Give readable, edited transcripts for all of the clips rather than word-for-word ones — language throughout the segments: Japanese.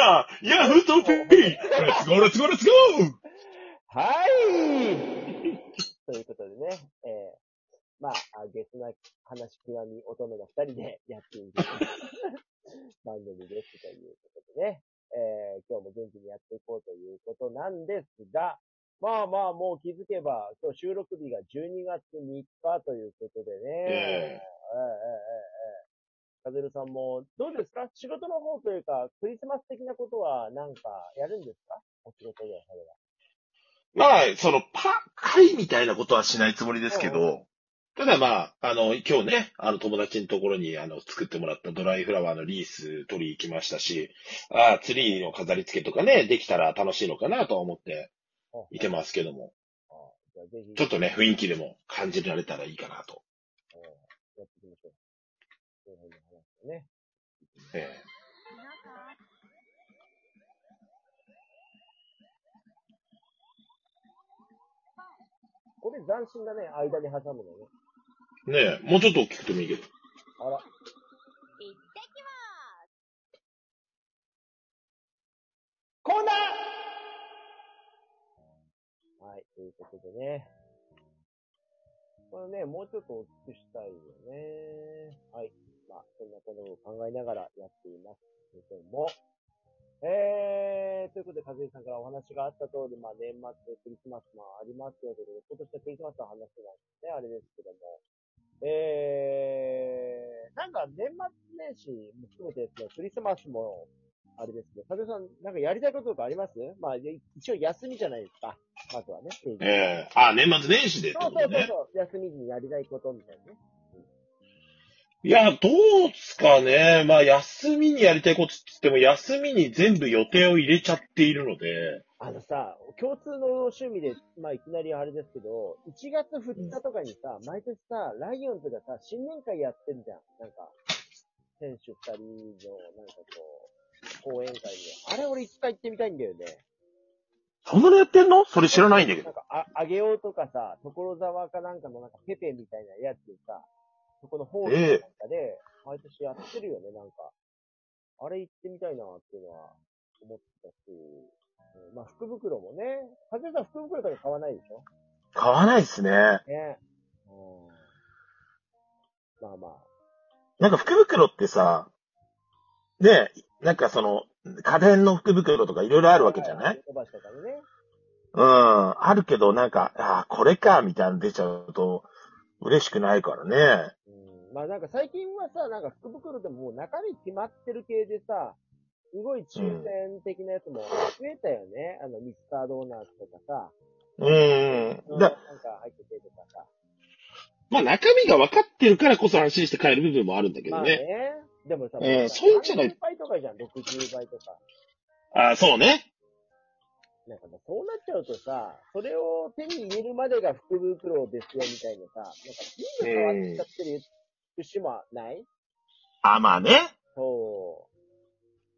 だヤフートピーレッツゴーレッツゴーレッツゴーはいということでね、まあ、ゲスな話極み乙女の二人でやっている番組ですということでね、今日も元気にやっていこうということなんですが、まあまあもう気づけば、今日収録日が12月3日ということでね、カズルさんも、どうですか仕事の方というか、クリスマス的なことはなんかやるんですかお仕事では、それは。 まあ、会みたいなことはしないつもりですけど、ただまあ、今日ね、友達のところに、作ってもらったドライフラワーのリース取り行きましたし、ツリーの飾り付けとかね、できたら楽しいのかなと思っていてますけども、 じゃあぜひ、 ちょっとね、雰囲気でも感じられたらいいかなと。 やっていきましょう。そういうふうに話してね。 ええこれ斬新だね、間に挟むのね。 ねえ、もうちょっと大きくてもいいけど。 あら。 行ってきコーナーはい、ということでね。これね、もうちょっと大きくしたいよね。はい。まあ、そんなことを考えながらやっていますけども。ということで、かずいさんからお話があった通り、まあ、年末クリスマスもありますよということで、今年はクリスマスの話なんですね、あれですけども。なんか年末年始も含めてですね、クリスマスも、あれですね、かずいさん、なんかやりたいこととかありますまあ、一応休みじゃないですか。まずはね、平日年末年始でってそうことね。 休みにやりたいことみたいなね。 いや、どうすかね。まあ、休みにやりたいことって言っても、休みに全部予定を入れちゃっているので、 共通の趣味で、まあいきなりあれですけど、1月2日とかにさ、毎年さ、ライオンズがさ、新年会やってんじゃん。なんか、選手2人の、なんかこう、講演会で。あれ俺一回行ってみたいんだよね。 そんなのやってんのそれ知らないんだけど。 なんか、あげようとかさ、所沢かなんかのなんかペペみたいなやつでさ、そこのホールなんかで、毎年やってるよね、なんか。あれ行ってみたいなっていうのは思ってたし、まあ福袋もね、かずさん福袋とか買わないでしょ買わないっすね。 ね。まあまあ。 なんか福袋ってさ、ね、なんか家電の福袋とかいろいろあるわけじゃない？ 小橋とかにね。 あるけど、なんか、これか、みたいなの出ちゃうと、嬉しくないからね。 まあなんか最近はさ、なんか福袋でももう中身決まってる系でさ、すごい抽選的なやつも増えたよね。ミスタードーナツとかさ。なんか入っててとかさ。 まあ中身が分かってるからこそ安心して買える部分もあるんだけどね。 まあね。でもさ、 そういうんじゃない。 30倍とかじゃん、60倍とか。 そうね。 なんかそうなっちゃうとさ、それを手に入れるまでが福袋ですよみたいなさ、なんか頻度変わっちゃってる節もない？ まあね。 そう。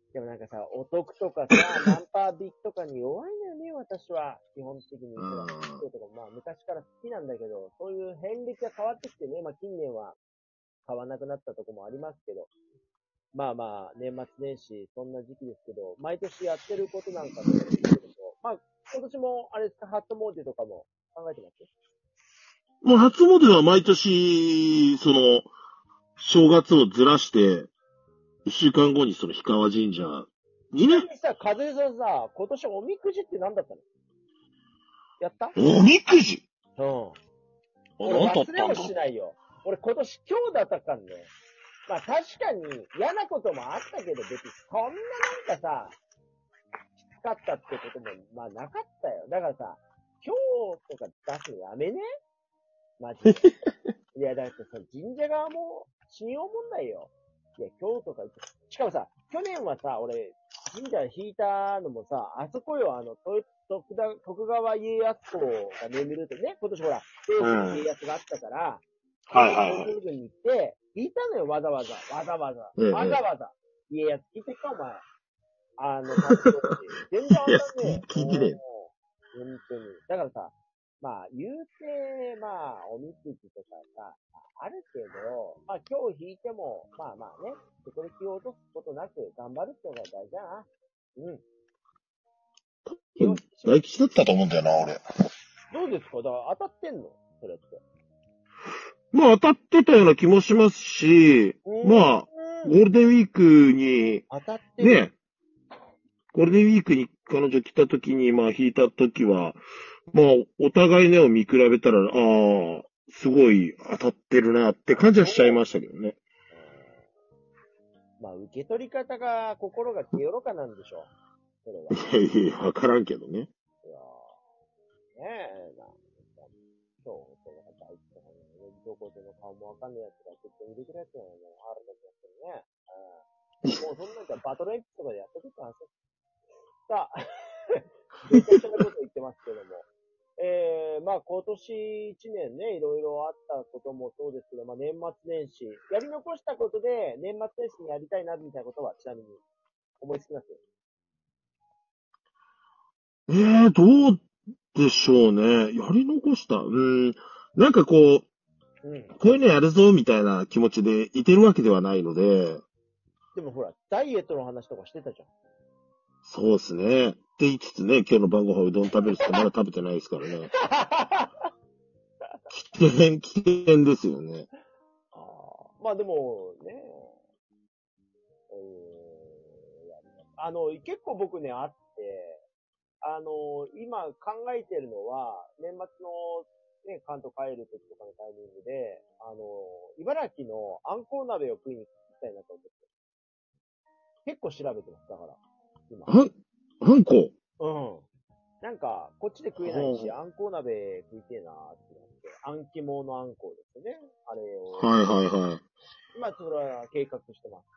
でもなんかさ、お得とかさ、ナンパ引きとかに弱いのよね、私は。基本的に。そうとか、まあ昔から好きなんだけど、そういう遍歴が変わってきてね、まあ近年は買わなくなったとこもありますけど、まあまあ、年末年始、そんな時期ですけど、毎年やってることなんかですけど、まあ、今年も、あれですか、初詣とかも考えてますもう初詣は毎年、正月をずらして、一週間後に氷川神社にね。 さ、和江さんさ、今年おみくじって何だったの？やった？ おみくじ？ 俺忘れもしないよ。俺今年今日だったからね。まあ確かに嫌なこともあったけど、別にそんななんかさ、きつかったってことも、まあなかったよ。だからさ、今日とか出すのやめね？マジで。いや、だってさ、神社側も信用問題よ。いや、今日とか、しかもさ、去年はさ、俺、神社引いたのもさ、あそこよ、徳川家康公が眠るってね、今年ほら、家康があったから、東京軍に行って、引いたのよ、わざわざ。家康聞いてっか、お前。全然あんなね。 聞いてね。 本当に。だからさ、まあ、言うて、まあ、おみくじとかさ、あるけど、まあ今日引いても、まあまあね、そこで気を落とすことなく頑張るっていうのが大事だな。 うん。 大吉だったと思うんだよな、俺。 どうですか？だから当たってんのそれって。 まあ当たってたような気もしますし、まあ、ゴールデンウィークに、 当たってる。 ね、ゴールデンウィークに彼女来た時に、まあ引いた時は、まあ、お互いねを見比べたら、ああ、すごい当たってるなって感じはしちゃいましたけどね。 まあ、受け取り方が、心が清らかなんでしょう。それは。 いやいや、わからんけどね。 いやー、ねえ、今日、その大地とかね、どこでの顔もわかんないやつがずっといるぐらいってのはね、あるんだけどね。もうそんなんじゃバトルエンピとかでやってくって話です。さあ、めちゃくちゃなこと言ってますけども。まあ今年一年ね、いろいろあったこともそうですけど、まあ年末年始、やり残したことで年末年始にやりたいなみたいなことはちなみに思いつきます？ どうでしょうね。やり残した。なんかこう、こういうのやるぞみたいな気持ちでいてるわけではないので。 でもほら、ダイエットの話とかしてたじゃん。 そうですね。って言いつつね、今日の晩ご飯うどん食べるってまだ食べてないですからね。危険ですよね。 まあでもね、結構僕ね、あって、今考えてるのは、年末のね、関東帰る時とかのタイミングで、茨城のあんこう鍋を食いに行きたいなと思って。結構調べてます、だから。今。 あんこ？ うん。なんか、こっちで食えないし、あんこう鍋食いてえなーってなって、あん肝のあんこうですよね。あれを。 はいはいはい。 今、それは計画してます。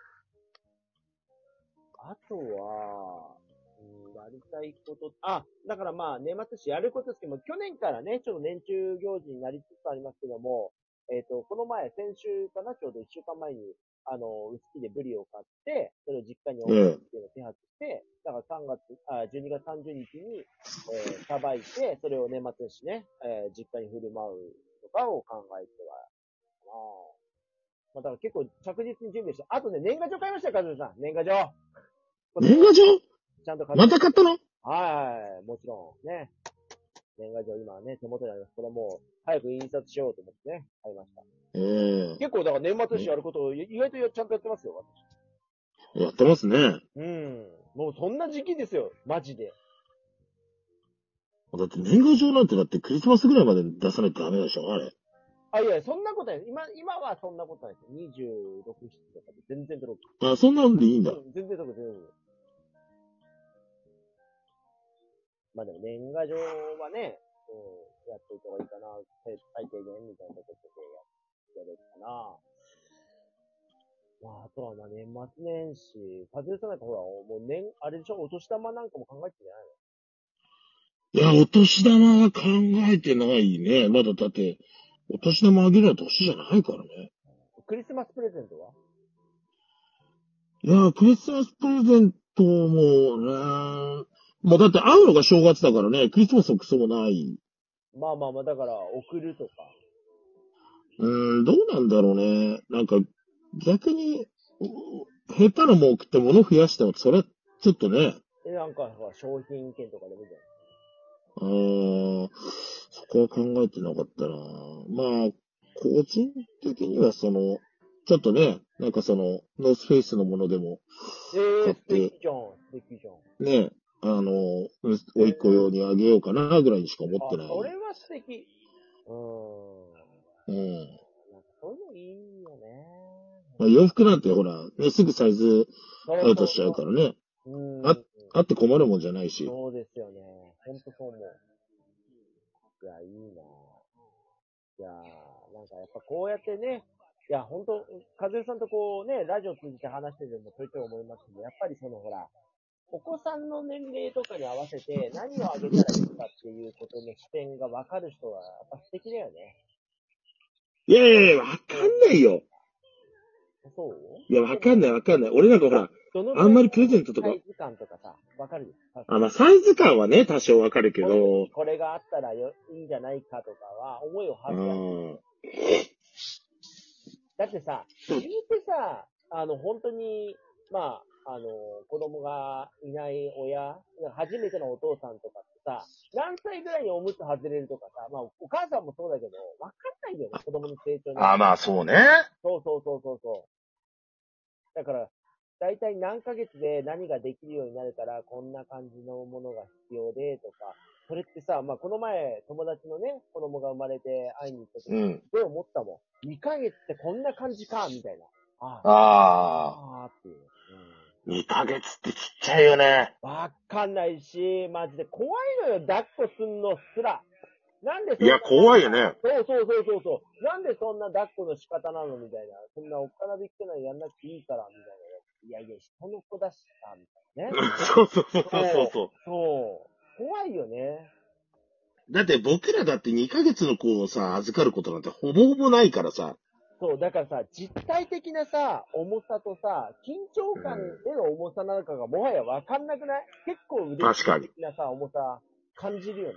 あとは、やりたいこと、だからまあ、年末年始やることですけども、去年からね、ちょっと年中行事になりつつありますけども、この前、先週かな、ちょうど1週間前に、臼杵でブリを買って、それを実家に送るっていうのを手配して、だから12月30日に、さばいて、それを年末年始ね、実家に振る舞うとかを考えては、まあ、だから結構着実に準備して、あとね、年賀状買いましたよ、カズルさん。年賀状。 年賀状ちゃんとまた買ったの？ はい、もちろん。ね。年賀状今ね、手元にあります。これもう、早く印刷しようと思ってね、買いました。結構、だから年末年始やることを意外とちゃんとやってますよ、 私。やってますね。 もうそんな時期ですよ、マジで。 だって年賀状なんてだってクリスマスぐらいまで出さないとダメでしょ、あれ。 いや、そんなことない。今はそんなことないです。26、7とかで全然届く。そんなんでいいんだ。 全然届く、全然。まあでも年賀状はね、やっていた方がいいかな。最低限みたいなことでやるかな。まあ、あとはまあ年末年始、カズレさんなんかほら、もうあれでしょ、お年玉なんかも考えてんじゃないの？いや、お年玉は考えてないね。まだだって、お年玉あげるのは年じゃないからね。 クリスマスプレゼントは？ いや、クリスマスプレゼントもね、もうだって会うのが正月だからね、クリスマスもクソもない。 まあ、だから、送るとか。 どうなんだろうね。なんか、逆に、下手なもん送って物増やしても、それはちょっとね。 なんか、商品券とかでもいいじゃん。 そこは考えてなかったな。まあ、個人的にはちょっとね、なんかノースフェイスのものでも素敵じゃん、素敵じゃん。 ね、おいっ子用にあげようかな、ぐらいにしか思ってない。 それは素敵。なんかそういうのいいよね。 まあ、洋服なんてほら、ね、すぐサイズアウトしちゃうからね。あって困るもんじゃないし。 そうですよね。ほんとそう思う。いや、いいな。いや、なんかやっぱこうやってね、いや、ほんと、かずえさんとこうね、ラジオ通じて話してるのもちょいちょい思いますけど、やっぱりほら、お子さんの年齢とかに合わせて何をあげたらいいかっていうことの視点がわかる人はやっぱ素敵だよね。 いやいやいや、わかんないよ。 そういや、わかんない。俺なんかほら、あんまりプレゼントとか。 サイズ感とかさ、わかるよ。 まあ、サイズ感はね、多少わかるけど。 これがあったらいいんじゃないかとかは、思いをはずだってさ、言うてさ、本当に、まあ、 子供がいない親、初めてのお父さんとかってさ、何歳ぐらいにおむつ外れるとかさ、まあ、お母さんもそうだけど、わかんないよね、子供の成長に。 あ、まあそうね。 そうそうそうそうそう。だから、だいたい何ヶ月で何ができるようになるから、こんな感じのものが必要で、とか、それってさ、まあ、この前、友達のね、子供が生まれて会いに行った時、すごい思ったもん。2ヶ月ってこんな感じか、みたいな。あーっていう。 2ヶ月ってちっちゃいよね。 わかんないし、マジで怖いのよ、抱っこすんのすら。なんでいや、怖いよね。 そうそうそうそうそう。なんでそんな抱っこの仕方なのみたいな。そんなおっかなびっくりなのやんなくていいから、みたいな。いやいや、人の子だしさ、みたいなね。 そうそうそうそうそう。 そう。怖いよね。 だって僕らだって2ヶ月の子をさ、預かることなんてほぼほぼないからさ。 そう、だからさ、実体的なさ、重さとさ、緊張感での重さなのかがもはやわかんなくない？結構腕確かに的なさ、重さ感じるよね。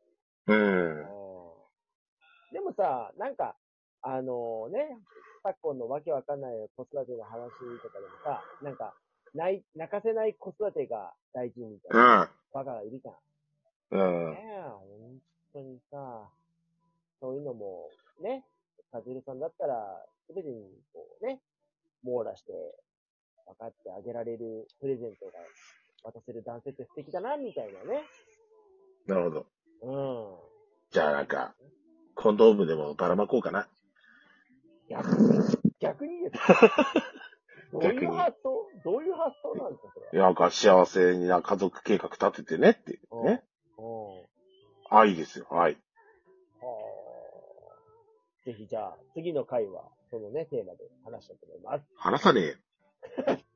でもさ、なんか、昨今のわけわかんない子育ての話とかでもさ、なんか、泣かせない子育てが大事みたいなバカがいるじゃん。本当にさ、そういうのも、ね、カズルさんだったら、すべてにこうね、網羅して分かってあげられるプレゼントが渡せる男性って素敵だな、みたいなね。 なるほど。 うん。 じゃあなんか、コンドームでもばらまこうかな。 逆にですか？どういう発想なんですか、それ。 なんか幸せな家族計画立ててねっていうね。愛ですよ、愛。 ぜひじゃあ、次の回は、そのね、テーマで話したいと思います。 話さねえよ。